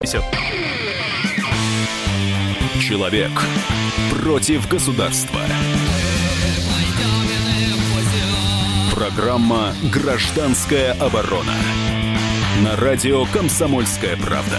Человек против государства. Программа «Гражданская оборона». На радио «Комсомольская правда».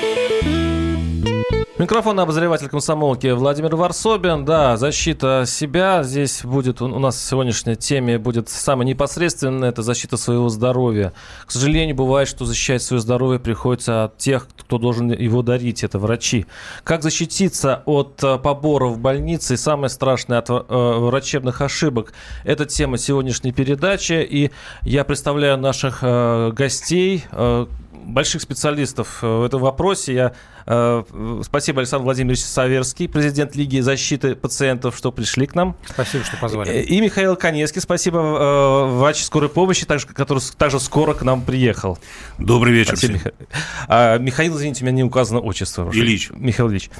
Микрофон обозреватель комсомолки Владимир Варсобин. Да, защита себя. Здесь будет у нас в сегодняшней теме будет самое непосредственное. Это защита своего здоровья. К сожалению, бывает, что защищать свое здоровье приходится от тех, кто должен его дарить. Это врачи. Как защититься от побора в больнице и самое страшное от врачебных ошибок. Это тема сегодняшней передачи. И я представляю наших гостей, больших специалистов в этом вопросе. Спасибо, Александр Владимирович Саверский, президент Лиги защиты пациентов, что пришли к нам. Спасибо, что позвали. И Михаил Конецкий, спасибо, врач скорой помощи, который также скоро к нам приехал. Добрый вечер. Спасибо, Михаил, извините, у меня не указано отчество. Ильич. Михаил Ильич.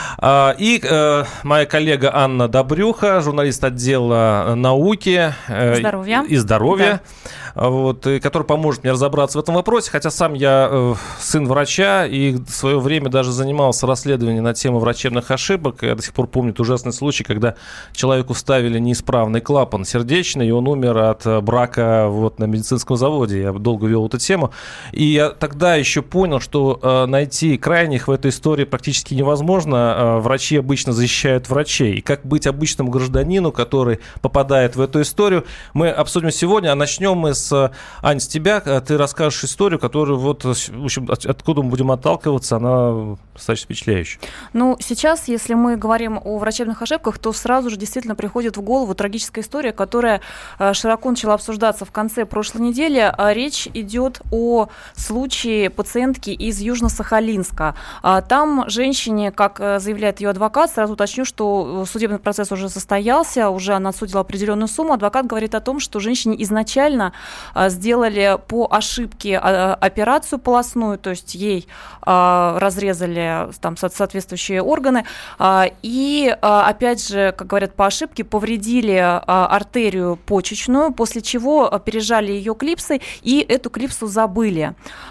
И моя коллега Анна Добрюха, журналист отдела науки и здоровья, да. Который поможет мне разобраться в этом вопросе, хотя сам я сын врача и в свое время даже занимался расследованием на тему врачебных ошибок. Я до сих пор помню ужасный случай, когда человеку вставили неисправный клапан сердечный, и он умер от брака на медицинском заводе. Я долго вел эту тему. И я тогда еще понял, что найти крайних в этой истории практически невозможно. Врачи обычно защищают врачей. И как быть обычному гражданину, который попадает в эту историю, мы обсудим сегодня. А начнем мы Ань, с тебя. Ты расскажешь историю, которую в общем, откуда мы будем отталкиваться, она достаточно впечатляющая. Сейчас, если мы говорим о врачебных ошибках, то сразу же действительно приходит в голову трагическая история, которая широко начала обсуждаться в конце прошлой недели. Речь идет о случае пациентки из Южно-Сахалинска. Там женщине, как заявляет ее адвокат, сразу уточню, что судебный процесс уже состоялся, уже она отсудила определенную сумму. Адвокат говорит о том, что женщине изначально сделали по ошибке операцию полостную, то есть ей разрезали там соответствующие органы, и, опять же, как говорят, по ошибке повредили артерию почечную, после чего пережали ее клипсой, и эту клипсу забыли.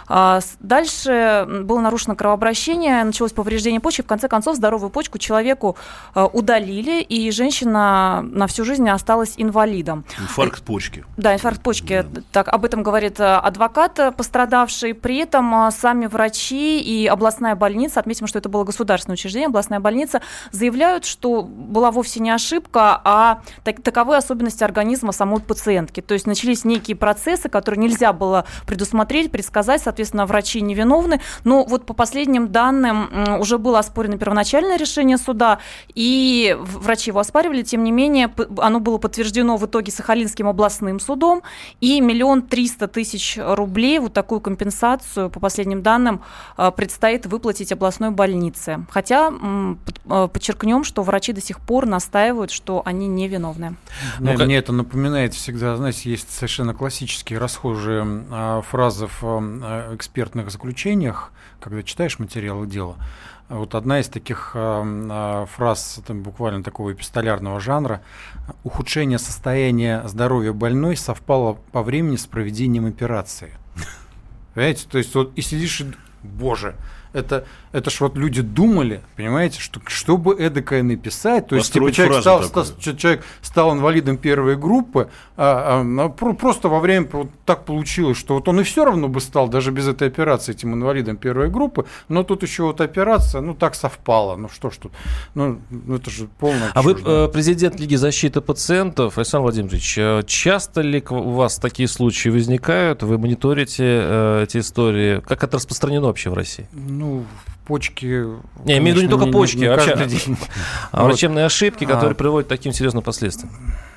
Дальше было нарушено кровообращение, началось повреждение почки, в конце концов здоровую почку человеку удалили, и женщина на всю жизнь осталась инвалидом. Инфаркт почки. Да, инфаркт почки. Так, об этом говорит адвокат пострадавший. При этом сами врачи и областная больница, отметим, что это было государственное учреждение, областная больница, заявляют, что была вовсе не ошибка, а таковы особенности организма самой пациентки. То есть начались некие процессы, которые нельзя было предусмотреть, предсказать, соответственно, врачи невиновны. Но по последним данным уже было оспорено первоначальное решение суда, и врачи его оспаривали, тем не менее, оно было подтверждено в итоге Сахалинским областным судом, и 1 300 000 рублей, такую компенсацию, по последним данным, предстоит выплатить областной больнице. Хотя подчеркнем, что врачи до сих пор настаивают, что они невиновны. Мне это напоминает всегда, знаете, есть совершенно классические расхожие фразы в экспертных заключениях, когда читаешь материалы дела. Одна из таких фраз, буквально такого эпистолярного жанра: ухудшение состояния здоровья больной совпало по времени с проведением операции. Понимаете, то есть и сидишь и, боже, это ж люди думали, понимаете, что бы эдакое написать, то есть человек стал инвалидом первой группы, просто во время так получилось, что он и все равно бы стал, даже без этой операции, этим инвалидом первой группы, но тут еще операция, так совпало, что ж тут, это же полная чушь. А вы президент Лиги защиты пациентов, Александр Владимирович, часто ли у вас такие случаи возникают, вы мониторите эти истории, как это распространено вообще в России? Почки... Я имею в виду не только почки, не вообще день. Врачебные ошибки, которые приводят к таким серьезным последствиям.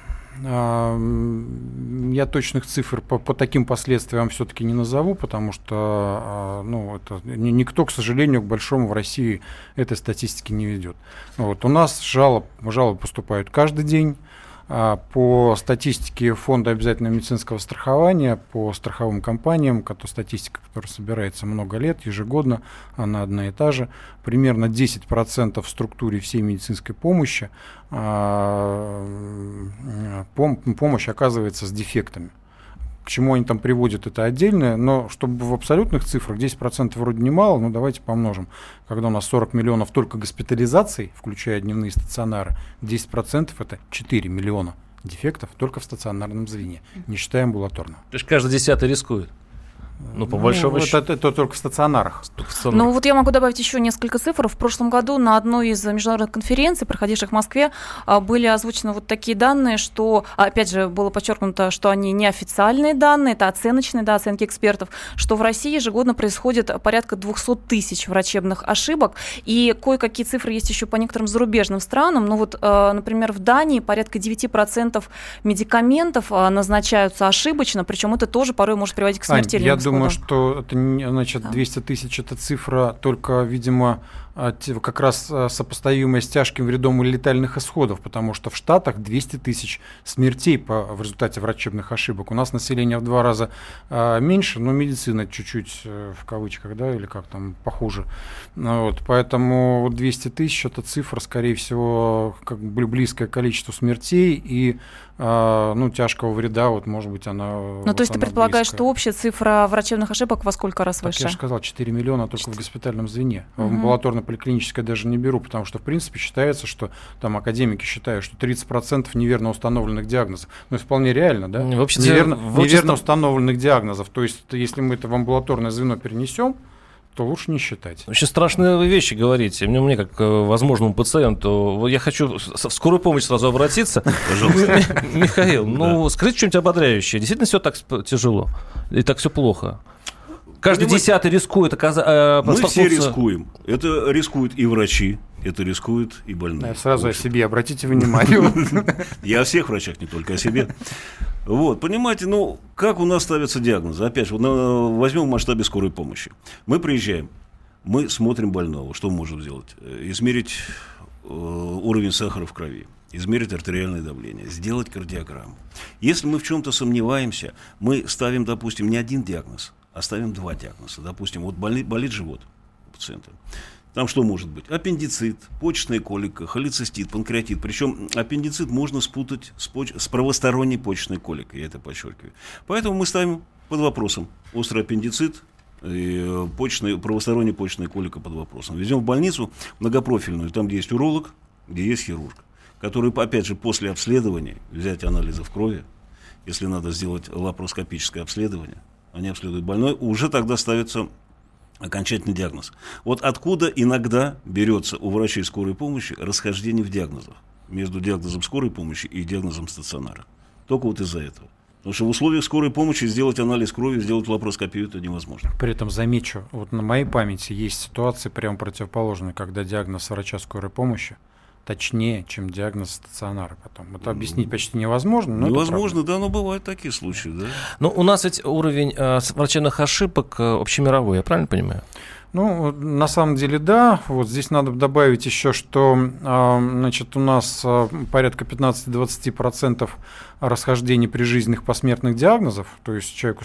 Я точных цифр по таким последствиям все-таки не назову, потому что никто, к сожалению, к большому в России этой статистики не ведет. У нас жалобы поступают каждый день. По статистике Фонда обязательного медицинского страхования, по страховым компаниям, статистика, которая собирается много лет, ежегодно, она одна и та же, примерно 10% в структуре всей медицинской помощи помощь оказывается с дефектами. К чему они там приводят, это отдельное, но чтобы в абсолютных цифрах 10% вроде немало, но давайте помножим. Когда у нас 40 миллионов только госпитализаций, включая дневные стационары, 10% это 4 миллиона дефектов только в стационарном звене, не считая амбулаторного. То есть каждый 10-й рискует? Ну, по большому счету. Это только в стационарах. Ну, вот я могу добавить еще несколько цифр. В прошлом году на одной из международных конференций, проходивших в Москве, были озвучены вот такие данные, что, опять же, было подчеркнуто, что они неофициальные данные, это оценочные, да, оценки экспертов, что в России ежегодно происходит порядка 200 тысяч врачебных ошибок, и кое-какие цифры есть еще по некоторым зарубежным странам. Ну, вот, например, в Дании порядка 9% медикаментов назначаются ошибочно, причем это тоже порой может приводить к смертельным исходам. Я думаю, что это, значит, 200 тысяч – это цифра только, видимо, как раз сопоставимая с тяжким рядом летальных исходов, потому что в Штатах 200 тысяч смертей в результате врачебных ошибок. У нас население в 2 раза меньше, но медицина чуть-чуть, в кавычках, да, или как там, похуже. Вот, поэтому 200 тысяч – это цифра, скорее всего, как бы близкое количество смертей и тяжкого вреда, вот, может быть, она... Ну, то есть ты предполагаешь, что общая цифра врачебных ошибок во сколько раз выше? Я же сказал, 4 миллиона только в госпитальном звене. В амбулаторно-поликлиническое даже не беру, потому что, в принципе, считается, что там академики считают, что 30% неверно установленных диагнозов. Ну, это вполне реально, да? Неверно установленных диагнозов. То есть, если мы это в амбулаторное звено перенесем, то лучше не считать. Очень страшные вещи говорите. Мне как возможному пациенту, я хочу в скорую помощь сразу обратиться. Михаил, скажите что-нибудь ободряющее. Действительно все так тяжело? И так все плохо? Каждый 10-й рискует оказаться... Мы все рискуем. Это рискуют и врачи, это рискуют и больные. Сразу о себе обратите внимание. Я о всех врачах, не только о себе. Вот, понимаете, как у нас ставятся диагнозы? Опять же, возьмем в масштабе скорой помощи. Мы приезжаем, мы смотрим больного. Что мы можем сделать? Измерить уровень сахара в крови, измерить артериальное давление, сделать кардиограмму. Если мы в чем-то сомневаемся, мы ставим, допустим, не один диагноз, а ставим 2 диагноза. Допустим, вот болит живот у пациента. Там что может быть? Аппендицит, почечная колика, холецистит, панкреатит. Причем аппендицит можно спутать с правосторонней почечной коликой, я это подчеркиваю. Поэтому мы ставим под вопросом острый аппендицит и правосторонняя почечная колика под вопросом. Везем в больницу многопрофильную, там, где есть уролог, где есть хирург, который, опять же, после обследования, взять анализов крови, если надо сделать лапароскопическое обследование, они обследуют больной, уже тогда ставится окончательный диагноз. Вот откуда иногда берется у врачей скорой помощи расхождение в диагнозах между диагнозом скорой помощи и диагнозом стационара. Только вот из-за этого. Потому что в условиях скорой помощи сделать анализ крови, сделать лапароскопию это невозможно. При этом замечу, вот на моей памяти есть ситуации прямо противоположные, когда диагноз врача скорой помощи точнее, чем диагноз стационара потом. Это объяснить почти невозможно. Но невозможно, да, но бывают такие случаи, да. Но у нас ведь уровень врачебных ошибок общемировой, я правильно понимаю? Ну, на самом деле, да. Вот здесь надо добавить еще, что значит, у нас порядка 15-20% расхождений прижизненных посмертных диагнозов. То есть человеку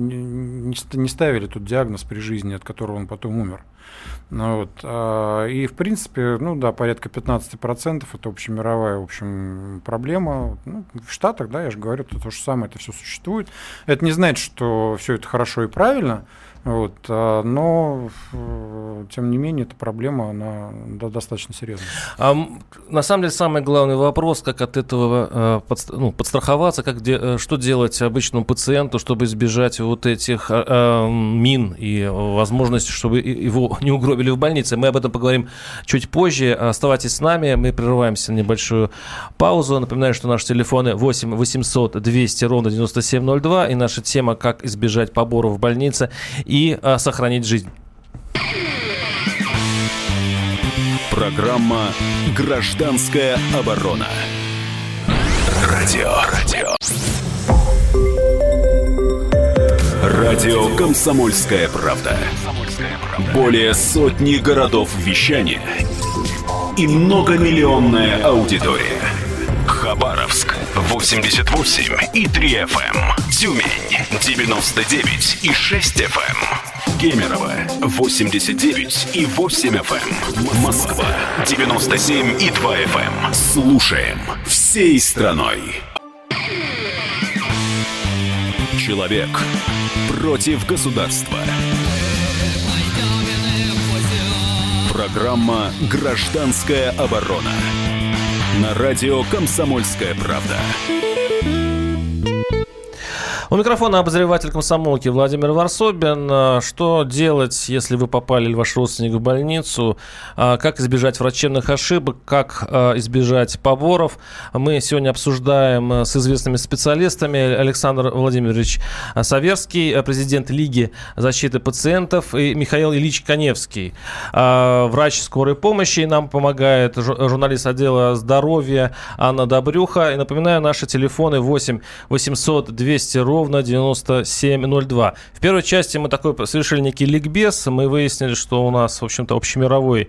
не ставили тут диагноз при жизни, от которого он потом умер. Вот. И, в принципе, ну да, порядка 15% это общемировая, в общем, проблема. Ну, в Штатах, да, я же говорю, это то же самое, это все существует. Это не значит, что все это хорошо и правильно. Вот, но, тем не менее, эта проблема, она достаточно серьезная. На самом деле, самый главный вопрос, как от этого подстраховаться, что делать обычному пациенту, чтобы избежать вот этих мин и возможности, чтобы его не угробили в больнице. Мы об этом поговорим чуть позже. Оставайтесь с нами, мы прерываемся на небольшую паузу. Напоминаю, что наши телефоны 8 800 200 ровно 9702 и наша тема «Как избежать поборов в больнице» и сохранить жизнь. Программа «Гражданская оборона». Радио «Комсомольская правда». Более сотни городов вещания и многомиллионная аудитория. Хабаровск 88,3 FM, Тюмень 99,6 FM, Кемерово 89,8 FM, Москва 97,2 FM. Слушаем всей страной. Человек против государства. Программа «Гражданская оборона». На радио «Комсомольская правда». У микрофона обозреватель комсомолки Владимир Варсобин. Что делать, если вы попали или ваш родственник в больницу? Как избежать врачебных ошибок? Как избежать поборов? Мы сегодня обсуждаем с известными специалистами. Александр Владимирович Саверский, президент Лиги защиты пациентов, и Михаил Ильич Каневский, врач скорой помощи. И нам помогает журналист отдела здоровья Анна Добрюха. И напоминаю, наши телефоны 8 800 200 ровно 9702. В первой части мы совершили некий ликбез. Мы выяснили, что у нас, в общем-то, общемировая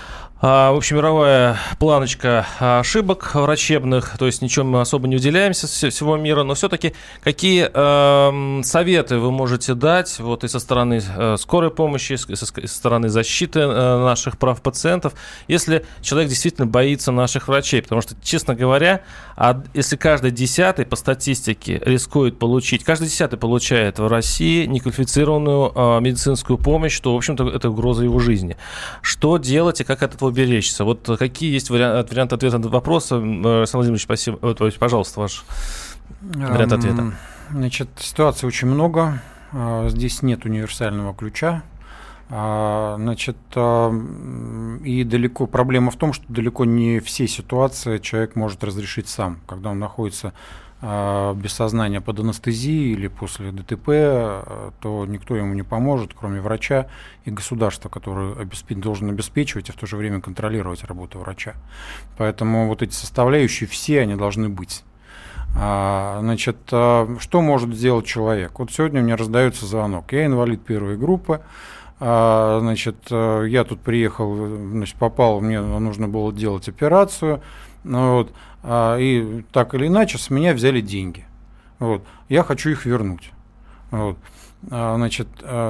планочка ошибок врачебных, то есть ничем мы особо не уделяемся всего мира, но все-таки какие советы вы можете дать вот и со стороны скорой помощи, и со стороны защиты наших прав пациентов, если человек действительно боится наших врачей? Потому что, честно говоря, если каждый 10-й по статистике рискует получить, каждый 10-й получает в России неквалифицированную медицинскую помощь, то, в общем-то, это угроза его жизни. Что делать и как от этого беречься? Вот какие есть варианты ответа на вопрос? Александр Владимирович, спасибо. Пожалуйста, ваш вариант ответа. Значит, ситуаций очень много. Здесь нет универсального ключа. Значит, и проблема в том, что далеко не все ситуации человек может разрешить сам. Когда он находится без сознания под анестезией или после ДТП, то никто ему не поможет, кроме врача и государства, которое должен обеспечивать и в то же время контролировать работу врача. Поэтому вот эти составляющие все, они должны быть. Значит, что может сделать человек? Вот сегодня у меня раздается звонок. Я инвалид первой группы. Значит, я тут приехал, значит, попал, мне нужно было делать операцию. Вот, и так или иначе с меня взяли деньги. Вот, я хочу их вернуть. Вот, значит,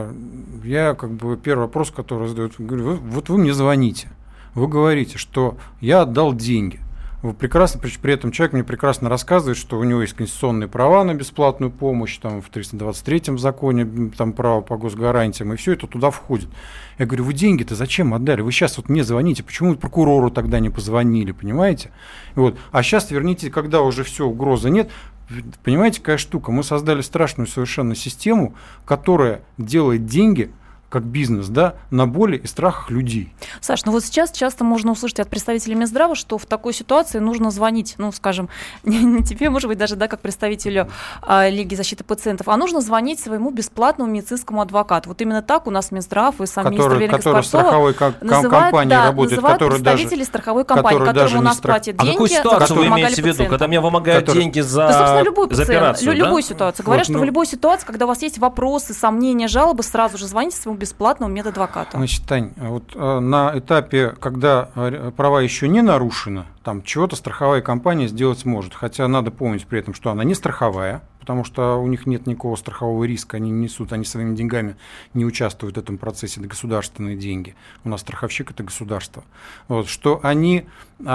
я первый вопрос, который задают, говорю, вы мне звоните, вы говорите, что я отдал деньги. Вы прекрасно, при этом человек мне прекрасно рассказывает, что у него есть конституционные права на бесплатную помощь, там в 323-м законе там право по госгарантиям, и все это туда входит. Я говорю, вы деньги-то зачем отдали? Вы сейчас вот мне звоните, почему вы прокурору тогда не позвонили, понимаете? Вот. А сейчас верните, когда уже все, угрозы нет. Понимаете, какая штука? Мы создали страшную совершенно систему, которая делает деньги как бизнес, да, на боли и страхах людей. Саш, ну вот сейчас часто можно услышать от представителей Минздрава, что в такой ситуации нужно звонить, ну, скажем, не тебе, может быть, даже, да, как представителю Лиги защиты пациентов, а нужно звонить своему бесплатному медицинскому адвокату. Вот именно так у нас Минздрав и сам министр Вероника Скворцова называют представителей страховой компании, которым у нас платят деньги. А какую ситуацию вы имеете в виду, когда мне вымогают деньги за операцию? Любую ситуацию. Говорят, что в любой ситуации, когда у вас есть вопросы, сомнения, жалобы, сразу же звоните своему бесплатному медадвокату. Значит, Тань, вот на этапе, когда права еще не нарушены, там чего-то страховая компания сделать сможет. Хотя надо помнить при этом, что она не страховая, потому что у них нет никакого страхового риска, они не несут, они своими деньгами не участвуют в этом процессе, это государственные деньги. У нас страховщик – это государство. Вот, что они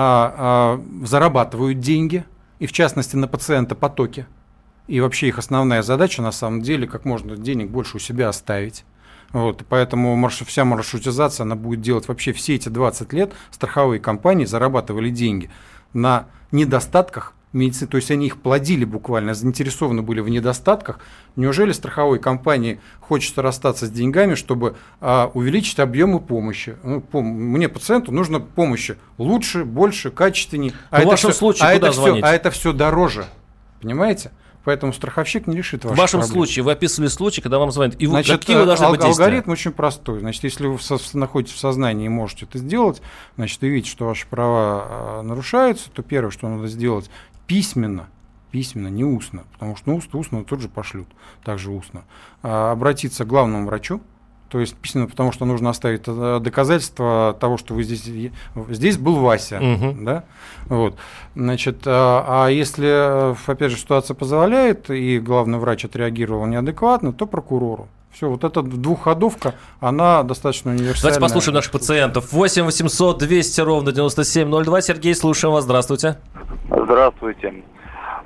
зарабатывают деньги, и в частности на пациентопотоке. И вообще их основная задача, на самом деле, как можно денег больше у себя оставить. Вот, поэтому вся маршрутизация, она будет делать вообще все эти 20 лет страховые компании зарабатывали деньги на недостатках медицины, то есть они их плодили буквально, заинтересованы были в недостатках. Неужели страховой компании хочется расстаться с деньгами, чтобы увеличить объемы помощи? Ну, мне, пациенту, нужно помощи лучше, больше, качественнее. В вашем случае куда звонить? А это все дороже, понимаете? Поэтому страховщик не решит ваши проблемы. В вашем случае вы описывали случай, когда вам звонят. И значит, какие вы должны быть действия? Алгоритм очень простой. Значит, если вы находитесь в сознании и можете это сделать, значит, и видите, что ваши права нарушаются, то первое, что надо сделать, письменно, не устно, потому что устно тут же пошлют, также устно, обратиться к главному врачу, то есть письменно, потому что нужно оставить доказательства того, что вы здесь был Вася, да, вот, значит, а если, опять же, ситуация позволяет и главный врач отреагировал неадекватно, то прокурору. Все, вот эта двухходовка, она достаточно универсальная. Давайте послушаем наших пациентов. 8 800 200 ровно 9702. Сергей, слушаем вас. Здравствуйте. Здравствуйте.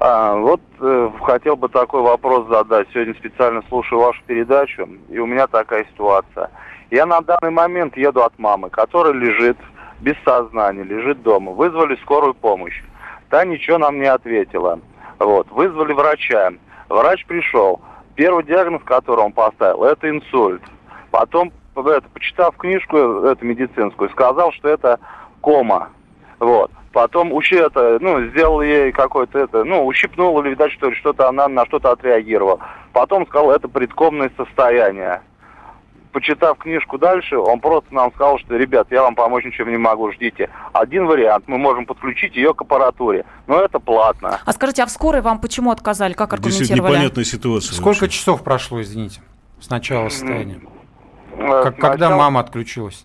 Хотел бы такой вопрос задать. Сегодня специально слушаю вашу передачу, и у меня такая ситуация. Я на данный момент еду от мамы, которая лежит без сознания, лежит дома. Вызвали скорую помощь. Та ничего нам не ответила. Вызвали врача. Врач пришел. Первый диагноз, который он поставил, это инсульт. Потом, почитав книжку медицинскую, сказал, что это кома. Потом сделал ей какой-то ущипнул, или, видать, что-то она на что-то отреагировала. Потом сказал, это предкомное состояние. Почитав книжку дальше, он просто нам сказал, что, ребят, я вам помочь ничем не могу, ждите. Один вариант, мы можем подключить ее к аппаратуре, но это платно. А скажите, а в скорой вам почему отказали, как аргументировали? Действительно непонятная ситуация. Сколько часов прошло, извините, с начала состояния? Когда мама отключилась?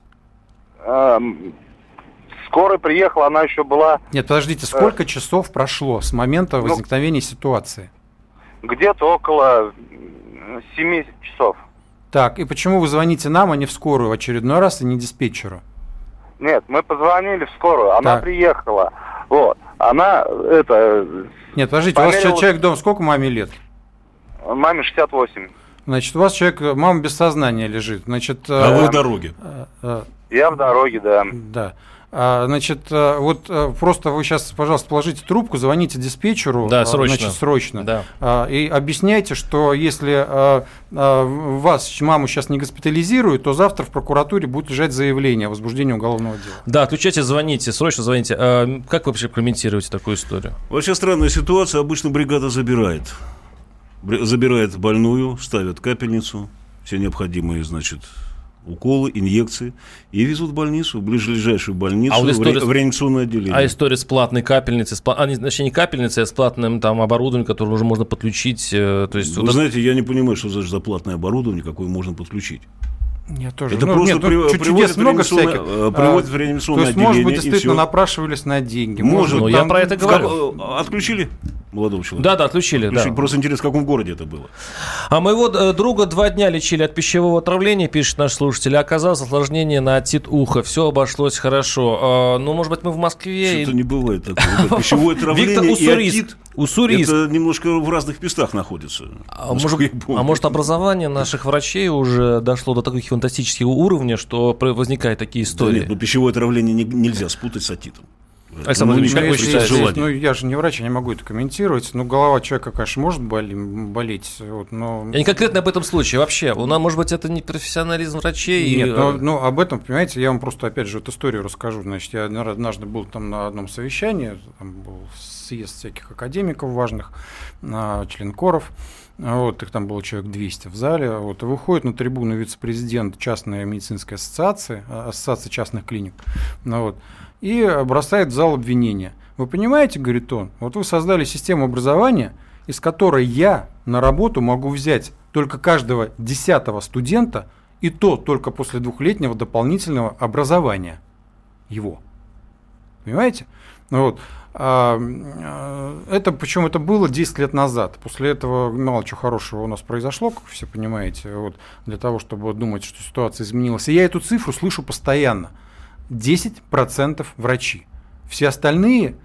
Скорая приехала, она еще была... Нет, подождите, сколько часов прошло с момента возникновения ситуации? Где-то около 7 часов. Так, и почему вы звоните нам, а не в скорую в очередной раз, и не диспетчеру? Нет, мы позвонили в скорую, она приехала. Она, Нет, подождите, у вас человек дома, сколько маме лет? Маме 68. Значит, у вас мама без сознания лежит. Значит, вы в дороге? Я в дороге, да. Да. Значит, просто вы сейчас, пожалуйста, положите трубку, звоните диспетчеру. Да, срочно. Значит, срочно. Да. И объясняйте, что если вас, маму, сейчас не госпитализируют, то завтра в прокуратуре будет лежать заявление о возбуждении уголовного дела. Да, отключайте, звоните, срочно звоните. Как вы вообще комментируете такую историю? Вообще странная ситуация. Обычно бригада забирает больную, ставят капельницу, все необходимые, уколы, инъекции, и везут в больницу, в ближайшую больницу, в реанимационное отделение. А история с платной капельницей, не капельницей, а с платным оборудованием, которое уже можно подключить? Вы знаете, я не понимаю, что за платное оборудование, какое можно подключить. Я тоже. Это просто приводит много всяких. Приводит в реанимационное отделение. То есть, может быть, действительно напрашивались на деньги. Может. Я про это говорю. Отключили молодого человека? Да, отключили. Да. Просто интересно, в каком городе это было. А моего друга 2 дня лечили от пищевого отравления, пишет наш слушатель. Оказалось осложнение на отит уха. Все обошлось хорошо. Может быть, мы в Москве... Что-то не бывает такого. Пищевое отравление и отит. Уссурийск. Это немножко в разных местах находится. Может, образование наших врачей уже дошло до таких фантастического уровня, что возникают такие истории? Да нет, пищевое отравление нельзя спутать с отитом. Александр Ильич, как вы считаете? Я же не врач, я не могу это комментировать. Голова человека, конечно, может болеть. Но... Я не конкретно об этом случае. Вообще, может быть, это не профессионализм врачей? Нет, но об этом, понимаете, я вам просто, опять же, историю расскажу. Значит, я однажды был там на одном совещании, там был съезд всяких академиков важных, членкоров. Их там было человек 200 в зале. И выходит на трибуну вице-президент частной медицинской ассоциации частных клиник. И бросает в зал обвинения. Вы понимаете, говорит он, вы создали систему образования, из которой я на работу могу взять только каждого 10-го студента, и то только после 2-летнего дополнительного образования его. Понимаете? Причем это было 10 лет назад. После этого мало чего хорошего у нас произошло, как вы все понимаете, для того, чтобы думать, что ситуация изменилась. И я эту цифру слышу постоянно. 10% врачи. Все остальные,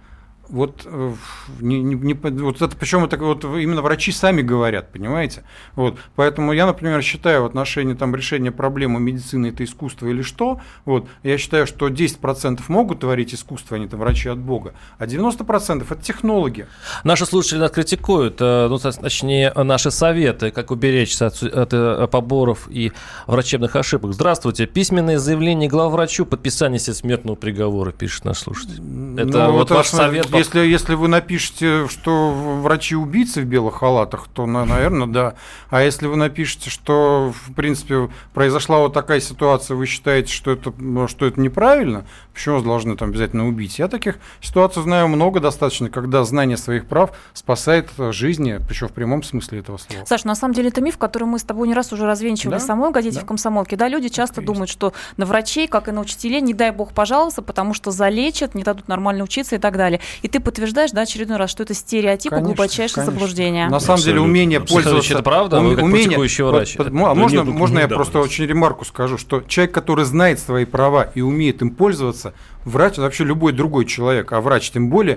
причем это именно врачи сами говорят, понимаете? Поэтому я, например, считаю в отношении решения проблемы медицины это искусство или что, я считаю, что 10% могут творить искусство, они врачи от Бога, а 90% это технологи. Наши слушатели нас критикуют, точнее, наши советы, как уберечься от поборов и врачебных ошибок. Здравствуйте. Письменное заявление главврачу, подписание смертного приговора, пишет наш слушатель. Это ваш совет. Если вы напишете, что врачи убийцы в белых халатах, то, наверное, да. А если вы напишете, что, в принципе, произошла такая ситуация, вы считаете, что это неправильно, почему вас должны обязательно убить? Я таких ситуаций знаю много достаточно, когда знание своих прав спасает жизни, причем в прямом смысле этого слова. Саш, на самом деле это миф, который мы с тобой не раз уже развенчивали в самой газете «В комсомолке». Да, люди часто думают, что на врачей, как и на учителей, не дай бог пожаловаться, потому что залечат, не дадут нормально учиться и так далее. И ты подтверждаешь, очередной раз, что это стереотип и глубочайшее заблуждение. На самом деле умение пользоваться... Это правда? Вы как практикующий врач. Можно я просто очень ремарку скажу, что человек, который знает свои права и умеет им пользоваться, врач, вообще любой другой человек, а врач тем более,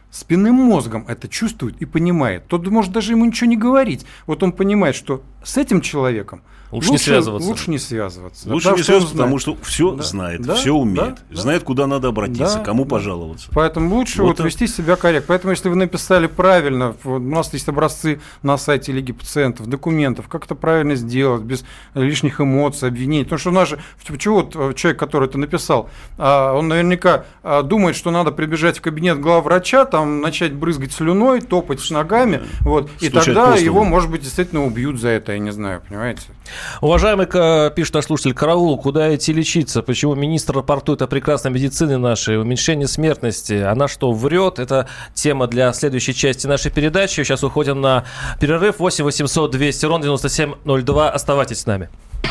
спинным мозгом это чувствует и понимает. Тот может даже ему ничего не говорить. Вот он понимает, что с этим человеком лучше не связываться. Лучше не связываться, потому что все знает, все умеет. Знает, куда надо обратиться, кому пожаловаться. Поэтому лучше вести себя корректно. Поэтому, если вы написали правильно, у нас есть образцы на сайте Лиги пациентов, документов, как это правильно сделать, без лишних эмоций, обвинений. Потому что у нас же, человек, который это написал, он наверняка думает, что надо прибежать в кабинет главврача, там начать брызгать слюной, топать ногами, и тогда его, может быть, действительно убьют за это, я не знаю, понимаете? Уважаемый, пишет наш слушатель, караул, куда идти лечиться? Почему министр рапортует о прекрасной медицине нашей, уменьшении смертности? Она что, врет? Это тема для следующей части нашей передачи. Сейчас уходим на перерыв. 8 800 200 ровно 9702. Оставайтесь с нами.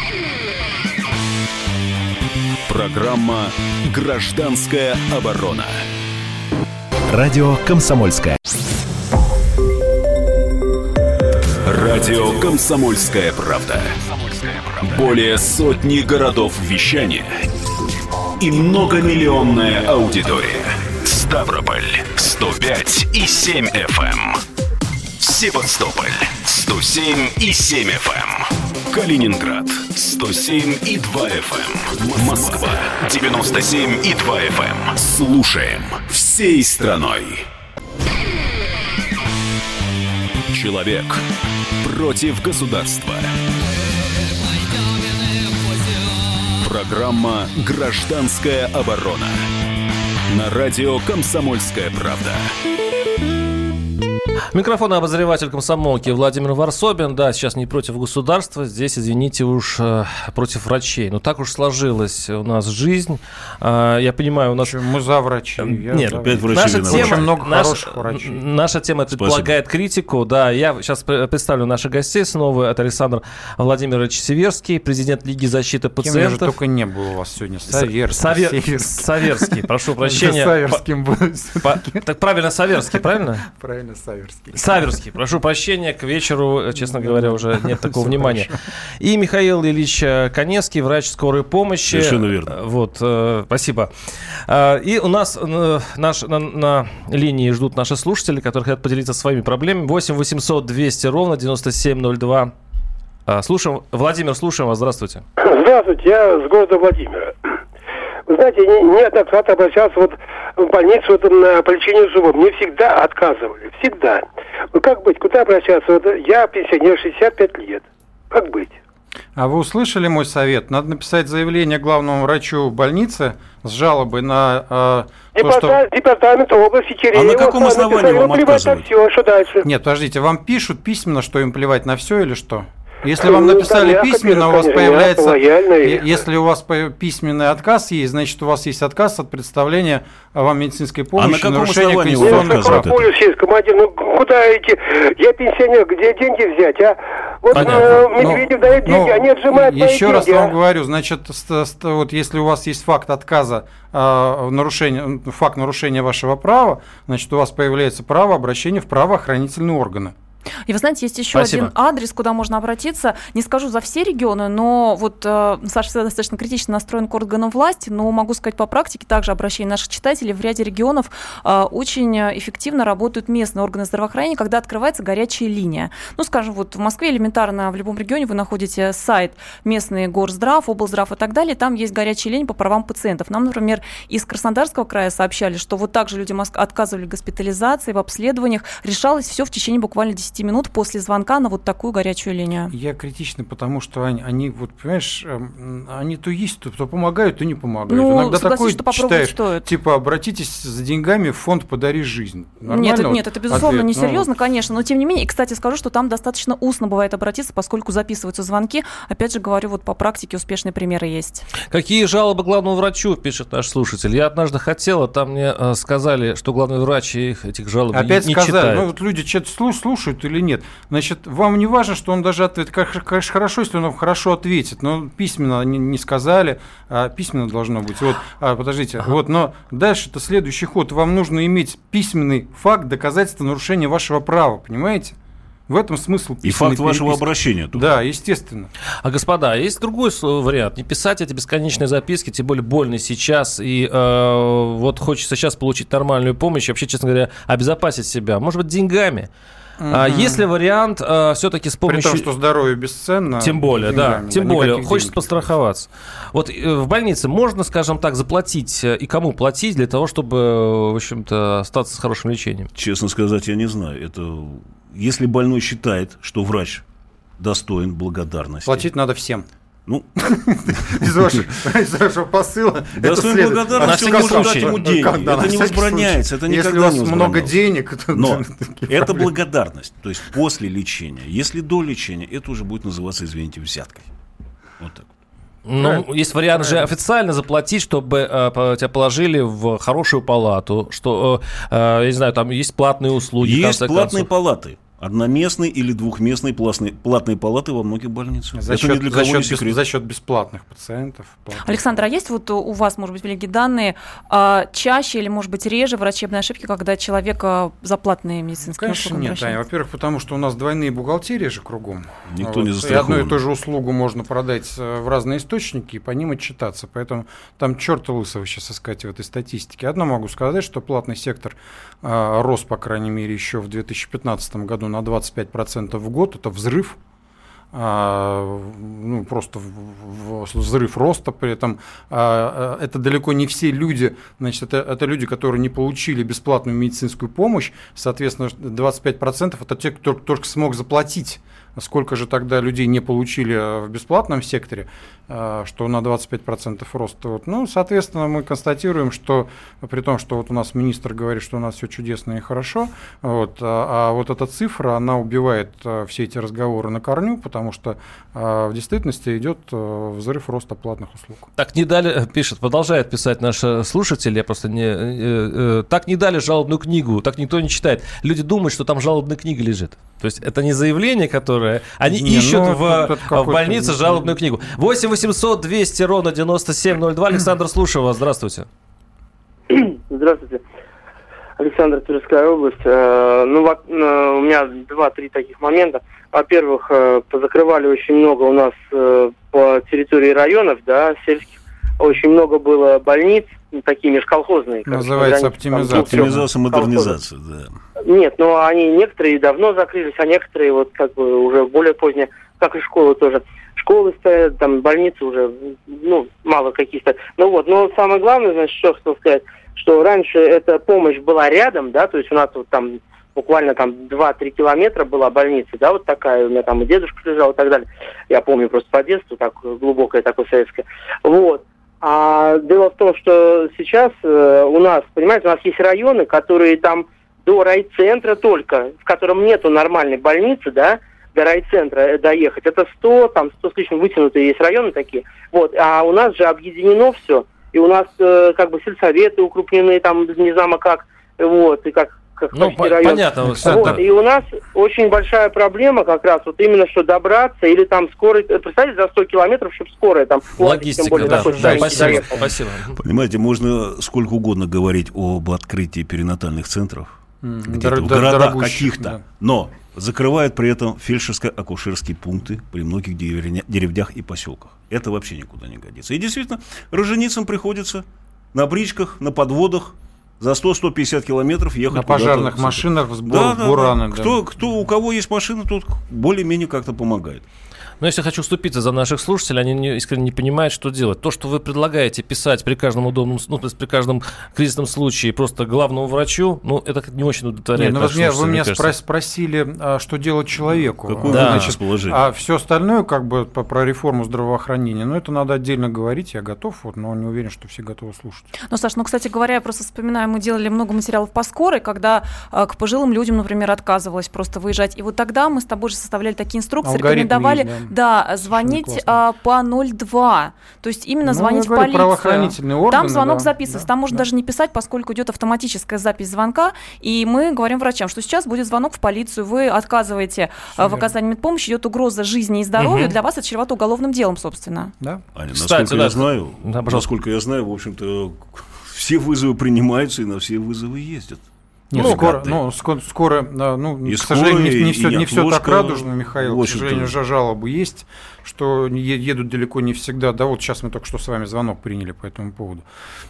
Программа «Гражданская оборона». Радио «Комсомольская». Радио «Комсомольская правда». Более сотни городов вещания и многомиллионная аудитория. Ставрополь 105,7 FM. Севастополь 107,7 FM. Калининград 107,2 FM. Москва 97,2 FM. Слушаем всей страной. Человек против государства. Программа «Гражданская оборона». На радио «Комсомольская правда». Микрофон обозреватель комсомолки Владимир Варсобин. Да, сейчас не против государства, здесь, извините уж, против врачей. Но так уж сложилась у нас жизнь. Я понимаю, у нас... Мы за врачей. Нет, опять врачи. Очень много хороших врачей. Наша тема предполагает критику. Да, я сейчас представлю наших гостей снова. Это Александр Владимирович Северский, президент Лиги защиты пациентов. Кем я же только не был у вас сегодня. Саверский, прошу прощения. Саверским буду. Так правильно, Саверский, правильно? Правильно, Саверский. Саверский, прошу прощения, к вечеру, честно говоря, уже нет такого внимания. И Михаил Ильич Каневский, врач скорой помощи. Совершенно верно. Вот, спасибо. И у нас на линии ждут наши слушатели, которые хотят поделиться своими проблемами. 8 800 200 ровно 9702. Слушаем. Владимир, слушаем вас. Здравствуйте. Здравствуйте, я с города Владимира. Вы знаете, неоднократно обращался в больницу по лечению зубов. Мне всегда отказывали. Всегда. Ну как быть? Куда обращаться? Я пенсионер, 65 лет. Как быть? А вы услышали мой совет? Надо написать заявление главному врачу больницы с жалобой на Департамент области Чернигова. А на каком основании вам отказывают? Все, что дальше? Нет, подождите, вам пишут письменно, что им плевать на все или что? Если вам написали письменно, у вас появляется... Если у вас письменный отказ есть, значит, у вас есть отказ от представления вам медицинской помощи. А на каком основании вы отказываете? Ну куда идти? Я пенсионер, где деньги взять, а? Вот Медведев дает деньги, они отжимают мои деньги. Еще раз вам говорю, значит, вот если у вас есть факт отказа, факт нарушения вашего права, значит, у вас появляется право обращения в правоохранительные органы. И вы знаете, есть еще один адрес, куда можно обратиться. Не скажу за все регионы, но вот Саша всегда достаточно критично настроен к органам власти, но могу сказать по практике, также обращение наших читателей, в ряде регионов очень эффективно работают местные органы здравоохранения, когда открывается горячая линия. Ну, скажем, вот в Москве элементарно, в любом регионе вы находите сайт местный Горздрав, облздрав и так далее, там есть горячая линия по правам пациентов. Нам, например, из Краснодарского края сообщали, что вот так же людям отказывали в госпитализации, в обследованиях, решалось все в течение буквально 10 минут после звонка на вот такую горячую линию. Я критичный, потому что они вот, понимаешь, они то есть, то помогают, то не помогают. Ну, иногда такое читаешь, стоит. Типа, обратитесь за деньгами в фонд «Подари жизнь». Нормально? Нет, это безусловно несерьезно, конечно, но тем не менее, и, кстати, скажу, что там достаточно устно бывает обратиться, поскольку записываются звонки. Опять же говорю, вот по практике успешные примеры есть. Какие жалобы главному врачу, пишет наш слушатель. Я однажды хотела, там мне сказали, что главный врач этих жалоб опять не сказали, читает. Ну вот люди что-то слушают или нет. Значит, вам не важно, что он даже ответит. Конечно, хорошо, если он вам хорошо ответит, но письменно не сказали, а письменно должно быть. Вот, подождите, вот, но дальше-то следующий ход. Вам нужно иметь письменный факт доказательства нарушения вашего права, понимаете? В этом смысл и факт вашего обращения. Тут. Да, естественно. А, господа, есть другой вариант. Не писать эти бесконечные записки, тем более больно сейчас. И вот хочется сейчас получить нормальную помощь, вообще, честно говоря, обезопасить себя. Может быть, деньгами. Есть ли вариант все-таки с помощью... При том, что здоровье бесценно. Тем более, да. Тем более, хочется постраховаться. Вот в больнице можно, скажем так, заплатить и кому платить для того, чтобы, в общем-то, остаться с хорошим лечением? Честно сказать, я не знаю. Это... Если больной считает, что врач достоин благодарности... Платить надо всем. Ну, из вашего посыла. Достоин благодарности, можно дать ему деньги. Это не возбраняется, это никогда не возбраняется. Если у вас много денег... Но это благодарность. То есть после лечения. Если до лечения, это уже будет называться, извините, взяткой. Вот так. Ну, есть вариант же официально заплатить, чтобы тебя положили в хорошую палату, что, я не знаю, там есть платные услуги. Есть платные палаты. Одноместные или двухместные платные палаты во многих больницах. За счет бесплатных пациентов. Александр, а есть вот у вас, может быть, великие данные, чаще или, может быть, реже врачебные ошибки, когда человека за платные медицинские услуги обращаются? Конечно, нет. Во-первых, потому что у нас двойные бухгалтерии же кругом. Никто не застрахован. И одну и ту же услугу можно продать в разные источники и по ним отчитаться. Поэтому там черта лысого сейчас искать в этой статистике. Одно могу сказать, что платный сектор рос, по крайней мере, еще в 2015 году на 25% в год. Это взрыв, просто взрыв роста. При этом это далеко не все люди, значит, это люди, которые не получили бесплатную медицинскую помощь. Соответственно, 25% это те, кто только смог заплатить. Сколько же тогда людей не получили в бесплатном секторе, что на 25% рост. Соответственно, мы констатируем, что при том, что вот у нас министр говорит, что у нас все чудесно и хорошо, а вот эта цифра, она убивает все эти разговоры на корню, потому что в действительности идет взрыв роста платных услуг. Так не дали, продолжает писать наш слушатель, я просто так не дали жалобную книгу, так никто не читает. Люди думают, что там жалобная книга лежит. То есть это не заявление, которое... Они ищут в больнице жалобную книгу. 8 800 200 ровно 9702. Александр, слушаю вас. Здравствуйте. Здравствуйте. Александр, Тверская область. У меня 2-3 таких момента. Во-первых, позакрывали очень много у нас по территории районов, да, сельских. Очень много было больниц, такие межколхозные. Называется оптимизация, модернизация, да. Нет, они некоторые давно закрылись, а некоторые вот как бы уже более поздние, как и школы тоже. Школы стоят, там больницы уже, мало какие стоят. Но самое главное, значит, что хотел сказать, что раньше эта помощь была рядом, да, то есть у нас вот там буквально там 2-3 километра была больница, да, вот такая, у меня там и дедушка лежал и так далее. Я помню просто по детству, так глубокое такое советское. А дело в том, что сейчас у нас, понимаете, у нас есть районы, которые там до райцентра только, в котором нету нормальной больницы, да, до райцентра доехать. Это 100 с лишним вытянутые есть районы такие. А у нас же объединено все. И у нас как бы сельсоветы укрупнены, там не знамо как, и как понятно. И у нас очень большая проблема как раз именно что добраться или там скорой, представьте, за 100 километров, чтобы скорая там... Логистика, да. Спасибо. Понимаете, можно сколько угодно говорить об открытии перинатальных центров, где-то в городах каких-то, но закрывают при этом фельдшерско-акушерские пункты при многих деревнях и поселках. Это вообще никуда не годится. И действительно, роженицам приходится на бричках, на подводах за 100-150 километров ехать на пожарных машинах в бураны. У кого есть машина, тот более-менее как-то помогает. Но если хочу вступиться за наших слушателей, они искренне не понимают, что делать. То, что вы предлагаете писать при каждом удобном, то есть при каждом кризисном случае просто главному врачу, это не очень удовлетворяет. Вы меня спросили, что делать человеку. Какое положение? А все остальное, как бы про реформу здравоохранения, это надо отдельно говорить, я готов, но не уверен, что все готовы слушать. Саш, кстати говоря, я просто вспоминаю, мы делали много материалов по скорой, когда к пожилым людям, например, отказывалось просто выезжать. И тогда мы с тобой же составляли такие инструкции, рекомендовали... Да, звонить по 02. То есть именно звонить в полицию. Правоохранительные органы, там звонок записывается. Там можно даже не писать, поскольку идет автоматическая запись звонка. И мы говорим врачам, что сейчас будет звонок в полицию. Вы отказываете в оказании медпомощи, идет угроза жизни и здоровью. Для вас это чревато уголовным делом, собственно. Да? Аня, насколько я знаю, в общем-то, все вызовы принимаются и на все вызовы ездят. Нет, скоро, к сожалению, не все так радужно, Михаил. К сожалению, уже жалобы есть, что едут далеко не всегда. Да, вот сейчас мы только что с вами звонок приняли по этому поводу,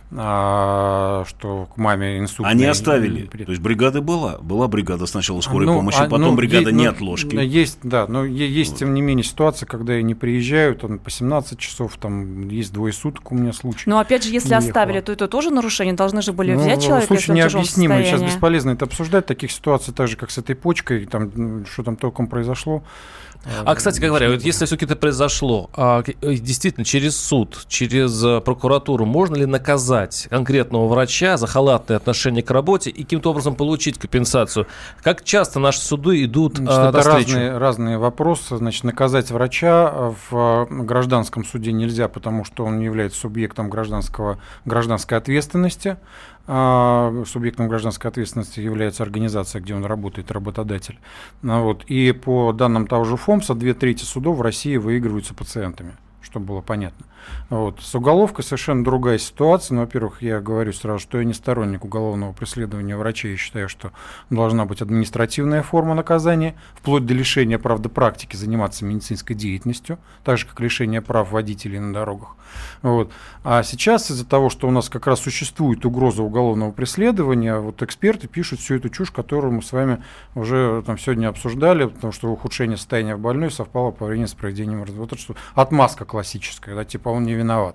что к маме инсульт. Они оставили. То есть бригада была бригада сначала скорой помощи, потом бригада неотложки. Есть, да, но есть, тем не менее, ситуация, когда они приезжают по 17 часов, там есть 2 суток у меня случай. Но опять же, если оставили, то это тоже нарушение, должны же были взять человека, если он в тяжелом состоянии. Необъяснимо, сейчас бесполезно это обсуждать, таких ситуаций, так же, как с этой почкой, там, что там толком произошло. Кстати говоря, вот если все-таки это произошло, действительно, через суд, через прокуратуру, можно ли наказать конкретного врача за халатное отношение к работе и каким-то образом получить компенсацию? Как часто наши суды идут навстречу? Это разные вопросы. Значит, наказать врача в гражданском суде нельзя, потому что он не является субъектом гражданской ответственности. Субъектом гражданской ответственности является организация, где он работает, работодатель. И по данным того же ФОМСа, 2/3 судов в России выигрываются пациентами, чтобы было понятно. С уголовкой совершенно другая ситуация. Во-первых, я говорю сразу, что я не сторонник уголовного преследования врачей. Я считаю, что должна быть административная форма наказания, вплоть до лишения, правда, практики заниматься медицинской деятельностью, так же, как лишение прав водителей на дорогах. А сейчас из-за того, что у нас как раз существует угроза уголовного преследования, эксперты пишут всю эту чушь, которую мы с вами уже сегодня обсуждали, потому что ухудшение состояния больной совпало по времени с проведением развода. Отмазка классическая, да, типа он не виноват.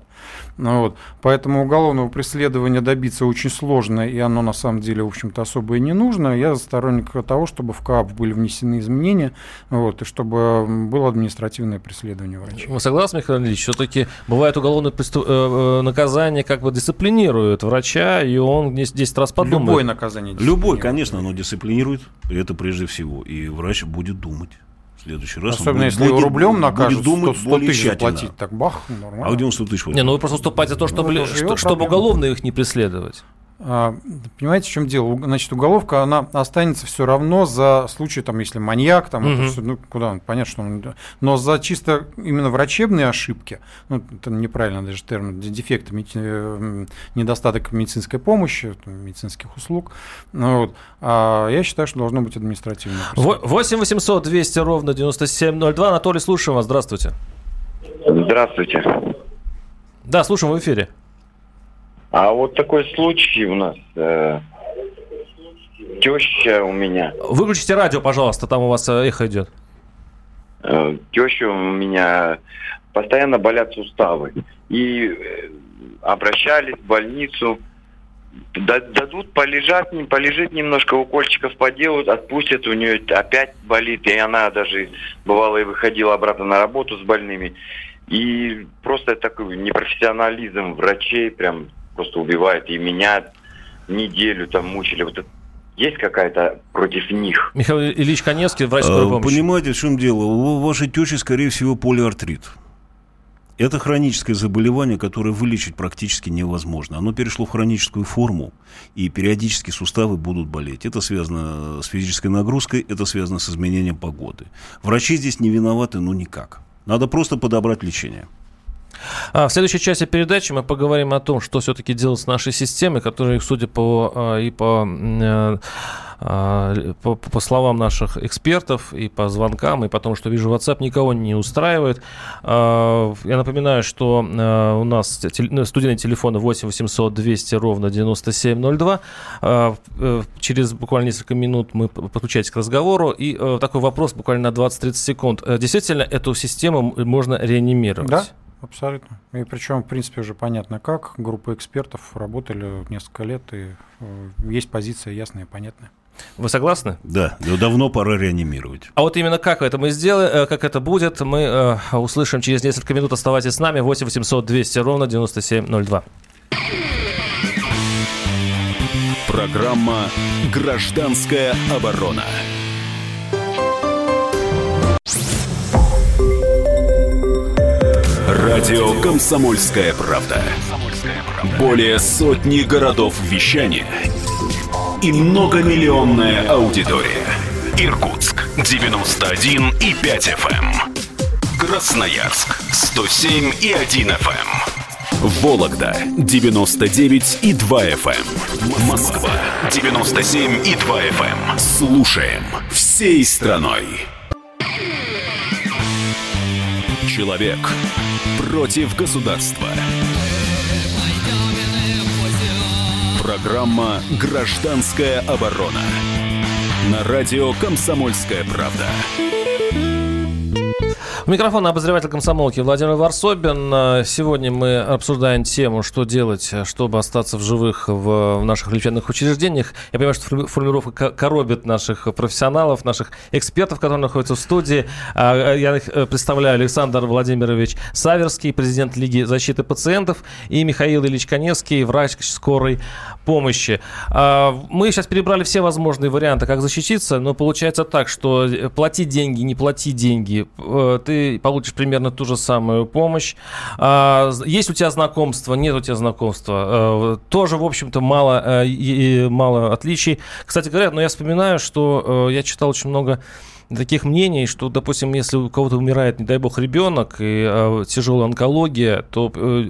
Поэтому уголовного преследования добиться очень сложно, и оно на самом деле, в общем-то, особо и не нужно. Я сторонник того, чтобы в КАП были внесены изменения, и чтобы было административное преследование врачей. Вы согласны, Михаил Ильич? Все-таки бывает уголовное наказание дисциплинирует врача, и он 10 раз подумает. Любое наказание дисциплинирует. Любое, конечно, оно дисциплинирует, это прежде всего. И врач будет думать. В следующий раз особенно если его рублем накажут, 100 тысяч заплатить, так бах, нормально. А где он 100 тысяч? Вы просто уступаете за то, чтобы уголовно их не преследовать. Понимаете, в чем дело? Значит, уголовка, она останется все равно за случай, если маньяк, это все, куда он, понятно, что он... Но за чисто именно врачебные ошибки, это неправильно даже термин, дефекты, недостаток медицинской помощи, медицинских услуг, я считаю, что должно быть административное. 8 800 200 ровно 9702. Анатолий, слушаем вас. Здравствуйте. Здравствуйте. Да, слушаем в эфире. А вот такой случай у нас. Теща у меня. Выключите радио, пожалуйста, там у вас эхо идет. Теща у меня постоянно болят суставы. И обращались в больницу. Дадут полежать немножко, укольчиков поделают, отпустят, у нее опять болит. И она даже, бывало, и выходила обратно на работу с больными. И просто такой непрофессионализм врачей прям... просто убивает, и меня неделю мучили. Есть какая-то против них? Михаил Ильич Каневский, врач скорой помощи. Понимаете, в чем дело? У вашей тещи, скорее всего, полиартрит. Это хроническое заболевание, которое вылечить практически невозможно. Оно перешло в хроническую форму, и периодически суставы будут болеть. Это связано с физической нагрузкой, это связано с изменением погоды. Врачи здесь не виноваты, никак. Надо просто подобрать лечение. В следующей части передачи мы поговорим о том, что все-таки делать с нашей системой, которая, судя по словам наших экспертов, и по звонкам, и по тому, что вижу в WhatsApp, никого не устраивает. Я напоминаю, что у нас студийные телефоны 8 800 200 ровно 9702. Через буквально несколько минут мы подключаетесь к разговору. И такой вопрос буквально на 20-30 секунд. Действительно, эту систему можно реанимировать? Да. Абсолютно. И причем, в принципе, уже понятно как. Группы экспертов работали несколько лет, и есть позиция ясная и понятная. Вы согласны? Да, давно пора реанимировать. А вот именно как это мы сделаем, как это будет, мы услышим через несколько минут. Оставайтесь с нами. 8 800 200 ровно 9702. Программа «Гражданская оборона». Радио «Комсомольская правда». Более сотни городов вещания и многомиллионная аудитория. Иркутск 91,5 FM. Красноярск 107,1 FM. Вологда 99,2 FM. Москва 97,2 FM. Слушаем всей страной. Человек против государства. Программа «Гражданская оборона». На радио «Комсомольская правда». У микрофона обозреватель комсомолки Владимир Варсобин. Сегодня мы обсуждаем тему, что делать, чтобы остаться в живых в наших лечебных учреждениях. Я понимаю, что формулировка коробит наших профессионалов, наших экспертов, которые находятся в студии. Я представляю: Александр Владимирович Саверский, президент Лиги защиты пациентов, и Михаил Ильич Коневский, врач скорой помощи. Мы сейчас перебрали все возможные варианты, как защититься, но получается так, что плати деньги, не плати деньги, ты получишь примерно ту же самую помощь. Есть у тебя знакомство, нет у тебя знакомства. Тоже, в общем-то, мало отличий. Кстати говоря, я вспоминаю, что я читал очень много таких мнений, что, допустим, если у кого-то умирает, не дай бог, ребенок и тяжелая онкология, то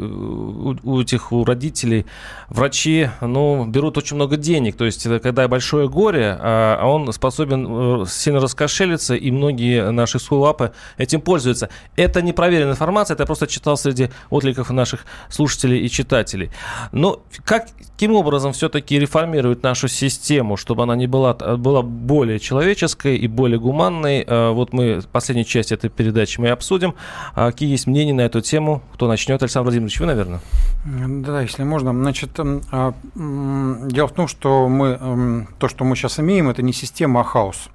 у родителей врачи берут очень много денег. То есть, когда большое горе, он способен сильно раскошелиться, и многие наши скулапы этим пользуются. Это не проверенная информация, это я просто читал среди откликов наших слушателей и читателей. Но каким образом все-таки реформировать нашу систему, чтобы она была более человеческой и более гуманной? Вот мы в последней части этой передачи мы обсудим. Какие есть мнения на эту тему? Кто начнет? Александр Владимирович, вы, наверное? Да, если можно. Значит, дело в том, что то, что мы сейчас имеем, это не система, а хаос.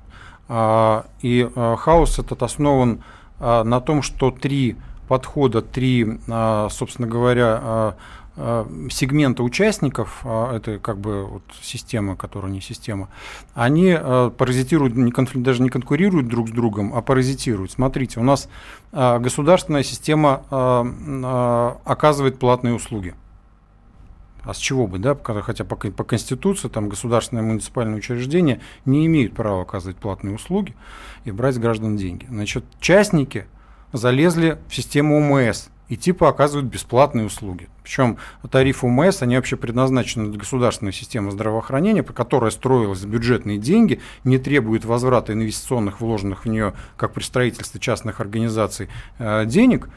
И хаос этот основан на том, что три подхода, собственно говоря, сегмента участников этой системы, которая не система, они паразитируют, даже не конкурируют друг с другом, а паразитируют. Смотрите, у нас государственная система оказывает платные услуги. А с чего бы, да? Хотя по Конституции государственные муниципальные учреждения не имеют права оказывать платные услуги и брать с граждан деньги. Значит, частники залезли в систему ОМС и оказывают бесплатные услуги. Причем тарифы ОМС, они вообще предназначены для государственной системы здравоохранения, которая строилась за бюджетные деньги, не требует возврата инвестиционных, вложенных в нее, как при строительстве частных организаций, денег.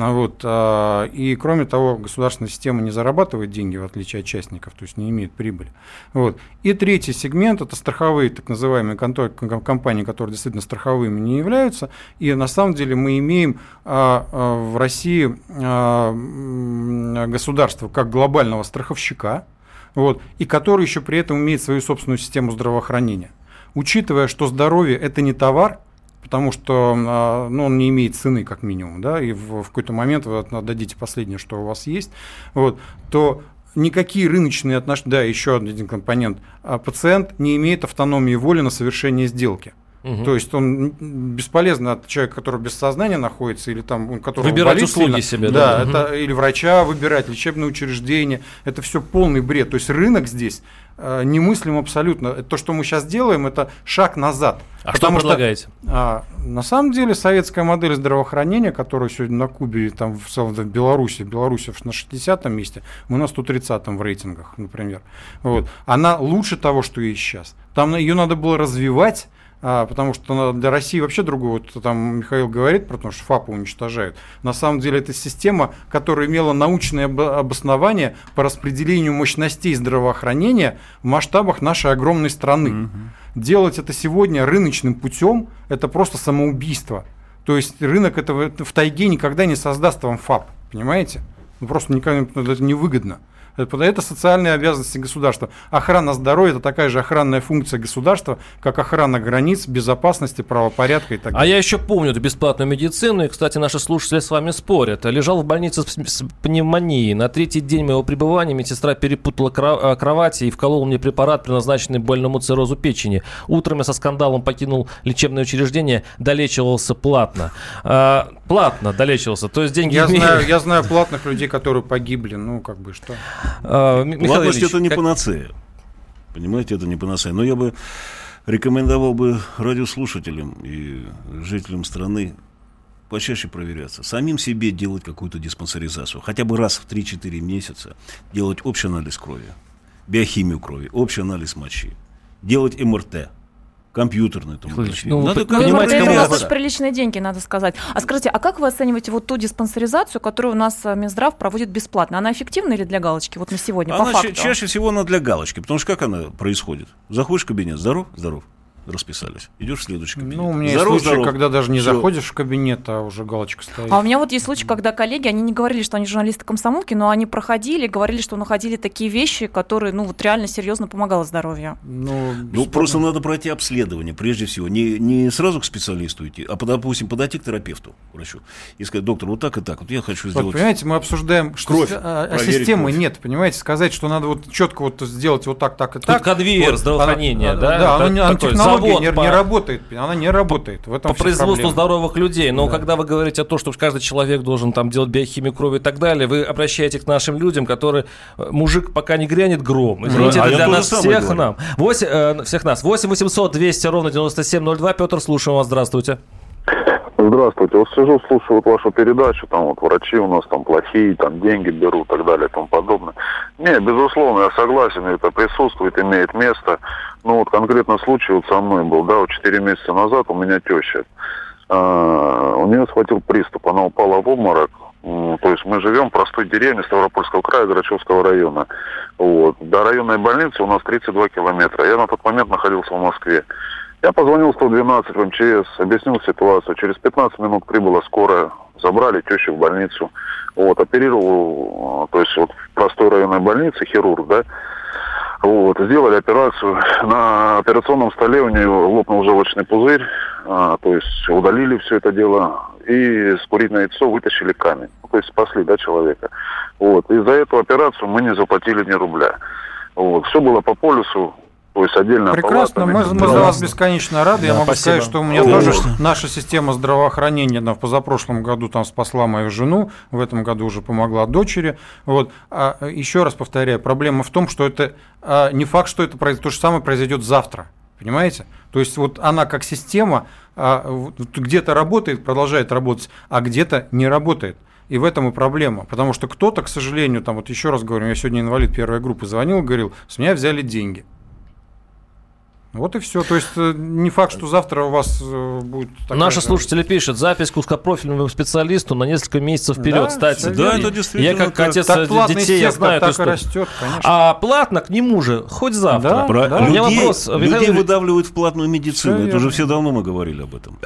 И, кроме того, государственная система не зарабатывает деньги, в отличие от частников, то есть не имеет прибыли. И третий сегмент – это страховые, так называемые компании, которые действительно страховыми не являются. И на самом деле мы имеем в России государство как глобального страховщика, и который еще при этом имеет свою собственную систему здравоохранения. Учитывая, что здоровье – это не товар, потому что он не имеет цены, как минимум, да, и в какой-то момент вы отдадите последнее, что у вас есть, то никакие рыночные отношения, да, еще один компонент, пациент не имеет автономии воли на совершение сделки. Угу. То есть он бесполезно от человека, который без сознания находится, или у которого выбирать болит услуги сильно, себе, да, это, или врача выбирать, лечебное учреждение, это все полный бред. То есть рынок здесь немыслим абсолютно. То, что мы сейчас делаем, это шаг назад. А что предлагаете? На самом деле советская модель здравоохранения, которая сегодня на Кубе, в целом в Беларуси на 60-м месте, мы на 130-м в рейтингах, например. Она лучше того, что есть сейчас. Там ее надо было развивать, потому что для России вообще другого, Михаил говорит про то, что ФАПы уничтожают. На самом деле это система, которая имела научное обоснование по распределению мощностей здравоохранения в масштабах нашей огромной страны. Делать это сегодня рыночным путем – это просто самоубийство. То есть рынок в тайге никогда не создаст вам ФАП, понимаете? Просто никогда это невыгодно. Это социальные обязанности государства. Охрана здоровья – это такая же охранная функция государства, как охрана границ, безопасности, правопорядка и так далее. А я еще помню эту бесплатную медицину, и, кстати, наши слушатели с вами спорят. Лежал в больнице с пневмонией. На третий день моего пребывания медсестра перепутала кровати и вколола мне препарат, предназначенный больному циррозу печени. Утром я со скандалом покинул лечебное учреждение, долечивался платно. Платно долечивался, то есть деньги я знаю платных людей, которые погибли, что... Платность это не панацея. Понимаете, это не панацея. Но я бы рекомендовал радиослушателям и жителям страны почаще проверяться, самим себе делать какую-то диспансеризацию, хотя бы раз в 3-4 месяца делать общий анализ крови, биохимию крови, общий анализ мочи, делать МРТ, компьютерный. Надо понимать, это у нас очень приличные деньги, надо сказать. А скажите, а как вы оцениваете вот ту диспансеризацию, которую у нас Минздрав проводит бесплатно? Она эффективна или для галочки? Вот на сегодня, по факту. Чаще всего она для галочки, потому что как она происходит? Заходишь в кабинет, здоров, расписались. Идешь в следующий кабинет. У меня есть случаи, когда даже не заходишь в кабинет, а уже галочка стоит. А у меня вот есть случай, когда коллеги, они не говорили, что они журналисты комсомолки, но они проходили, говорили, что находили такие вещи, которые, реально серьезно помогало здоровью. Просто надо пройти обследование, прежде всего. Не сразу к специалисту идти, а, допустим, подойти к терапевту, врачу, и сказать: доктор, вот так и так, вот я хочу сделать. Понимаете, мы обсуждаем, что системы нет, понимаете, сказать, что надо четко сделать вот так, так и так. Тут конвейер здравоохранения, да? Да, технология не работает, она не работает. В этом по производству здоровых людей. Но когда вы говорите о том, что каждый человек должен делать биохимию крови и так далее, вы обращаетесь к нашим людям, которые мужик пока не грянет гром. Извините, это для нас всех нам. Всех нас. 8 800 200 ровно 9702. Петр, слушаем вас. Здравствуйте. Здравствуйте. Вот сижу, слушаю вашу передачу, врачи у нас плохие, деньги берут и так далее и тому подобное. Не, безусловно, я согласен, это присутствует, имеет место. Конкретно случай со мной был, 4 месяца назад у меня теща. У нее схватил приступ, она упала в обморок. То есть мы живем в простой деревне Ставропольского края, Грачевского района. До районной больницы у нас 32 километра. Я на тот момент находился в Москве. Я позвонил в 112 в МЧС, объяснил ситуацию. Через 15 минут прибыла скорая, забрали тещу в больницу. Оперировал, то есть в простой районной больнице, хирург, сделали операцию. На операционном столе у нее лопнул желчный пузырь, то есть удалили все это дело и с куриное яйцо вытащили камень. То есть спасли, человека. И за эту операцию мы не заплатили ни рубля. Все было по полюсу. То есть отдельная прекрасно, палата. Мы за вас бесконечно рады. Я могу сказать, что у меня тоже наша система здравоохранения в позапрошлом году спасла мою жену, в этом году уже помогла дочери. А еще раз повторяю, проблема в том, что это не факт, что это то же самое произойдет завтра. Понимаете? То есть она как система где-то работает, продолжает работать, а где-то не работает. И в этом и проблема. Потому что кто-то, к сожалению, еще раз говорю, я сегодня инвалид первой группы звонил, говорил, с меня взяли деньги. Вот и все. То есть не факт, что завтра у вас будет такая... Наши слушатели пишут: запись к узкопрофильному специалисту на несколько месяцев вперед. Кстати, это действительно. Я как отец детей, я знаю эту историю. Растет, а платно к нему же хоть завтра. У меня вопрос. Людей выдавливают в платную медицину. Это уже все давно мы говорили об этом.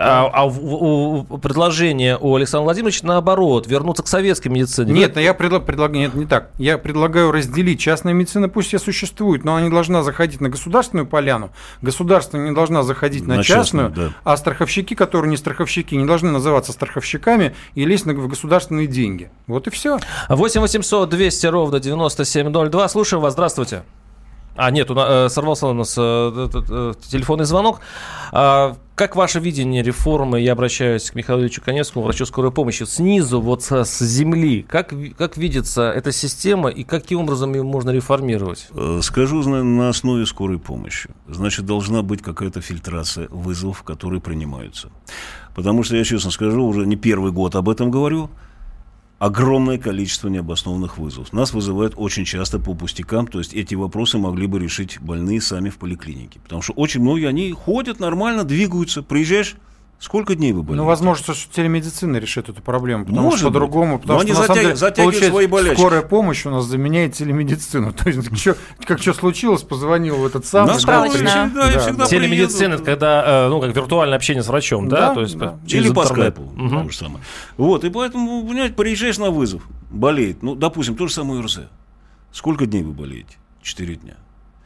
Предложение у Александра Владимировича наоборот, вернуться к советской медицине. Нет, я предлагаю, нет, не так. Я предлагаю разделить. Частная медицина пусть все существует, но она не должна заходить на государственную поляну. Государство не должна заходить на частную, а страховщики, которые не страховщики, не должны называться страховщиками и лезть в государственные деньги. Вот и все. 8 800 200 ровно 9702. Слушаем вас. Здравствуйте. Нет, сорвался у нас телефонный звонок. Как ваше видение реформы? Я обращаюсь к Михаилу Ильичу Коневскому, врачу скорой помощи. Снизу, с земли. Как видится эта система и каким образом ее можно реформировать? Скажу на основе скорой помощи. Значит, должна быть какая-то фильтрация вызовов, которые принимаются. Потому что, я честно скажу, уже не первый год об этом говорю. Огромное количество необоснованных вызовов. Нас вызывают очень часто по пустякам, то есть эти вопросы могли бы решить больные сами в поликлинике. Потому что очень многие, они ходят нормально, двигаются. Приезжаешь, сколько дней вы болеете? Возможно, что телемедицина решит эту проблему, потому Может что по-другому. Потому что, на самом деле, затягивают свои болячки. Скорая помощь у нас заменяет телемедицину. То есть, как что случилось, позвонил в этот самый. Телемедицина, это когда, как виртуальное общение с врачом, да? То есть, или по скайпу, то же самое. И поэтому, понимаете, приезжаешь на вызов, болеет, допустим, то же самое ОРЗ. Сколько дней вы болеете? 4 дня.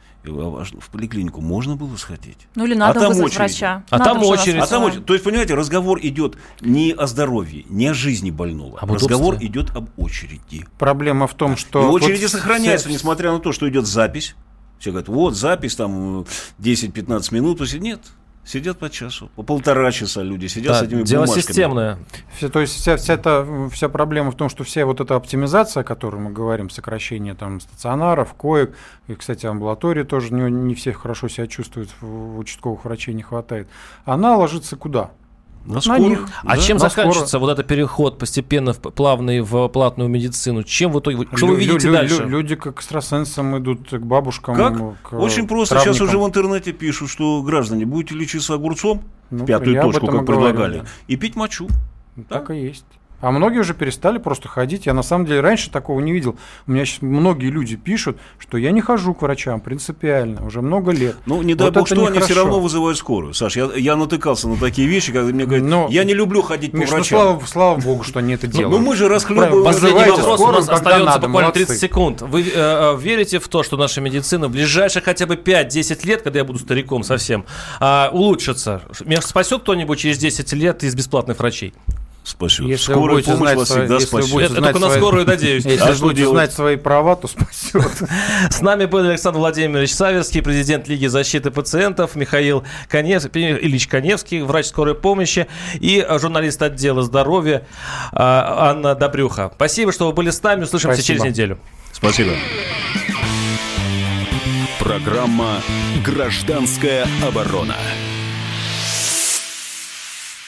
В поликлинику можно было сходить? Или надо вызвать врача. Там очередь. То есть, понимаете, разговор идет не о здоровье, не о жизни больного. Разговор идет об очереди. Проблема в том, что... И очереди сохраняются, несмотря на то, что идет запись. Все говорят, запись, 10-15 минут. То есть, нет. Сидят по часу, по 1,5 часа люди сидят с этими дело бумажками. Системное. То есть вся проблема в том, что вся эта оптимизация, о которой мы говорим, сокращение стационаров, коек, и, кстати, амбулатории тоже не все хорошо себя чувствуют, участковых врачей не хватает, она ложится куда? них. А чем заканчивается вот этот переход постепенно плавный в платную медицину? Чем в итоге? Что вы видите дальше? Люди к экстрасенсам идут, к бабушкам. Как? Очень просто. травникам. Сейчас уже в интернете пишут, что граждане, будете лечиться огурцом, пятую точку, как предлагали, да. И пить мочу. Так и есть. А многие уже перестали просто ходить. Я на самом деле раньше такого не видел. У меня сейчас многие люди пишут, что я не хожу к врачам принципиально, уже много лет. Ну, не дай бог, что они все равно вызывают скорую. Саш, я натыкался на такие вещи, когда мне говорят, я не люблю ходить по врачам. Ну, слава богу, что они это делают. Ну, мы же расхлебываем. Последний вопрос, у нас остается буквально 30 секунд. Вы верите в то, что наша медицина в ближайшие хотя бы 5-10 лет, когда я буду стариком совсем, улучшится? Меня спасет кто-нибудь через 10 лет из бесплатных врачей? Спасет. Если скорая помощь вас всегда спасет. Я только на скорую надеюсь. Если вы будете знать свои права, то спасет. С нами был Александр Владимирович Саверский, президент Лиги защиты пациентов, Михаил Ильич Каневский, врач скорой помощи, и журналист отдела здоровья Анна Добрюха. Спасибо, что вы были с нами. Услышимся через неделю. Спасибо. Программа «Гражданская оборона».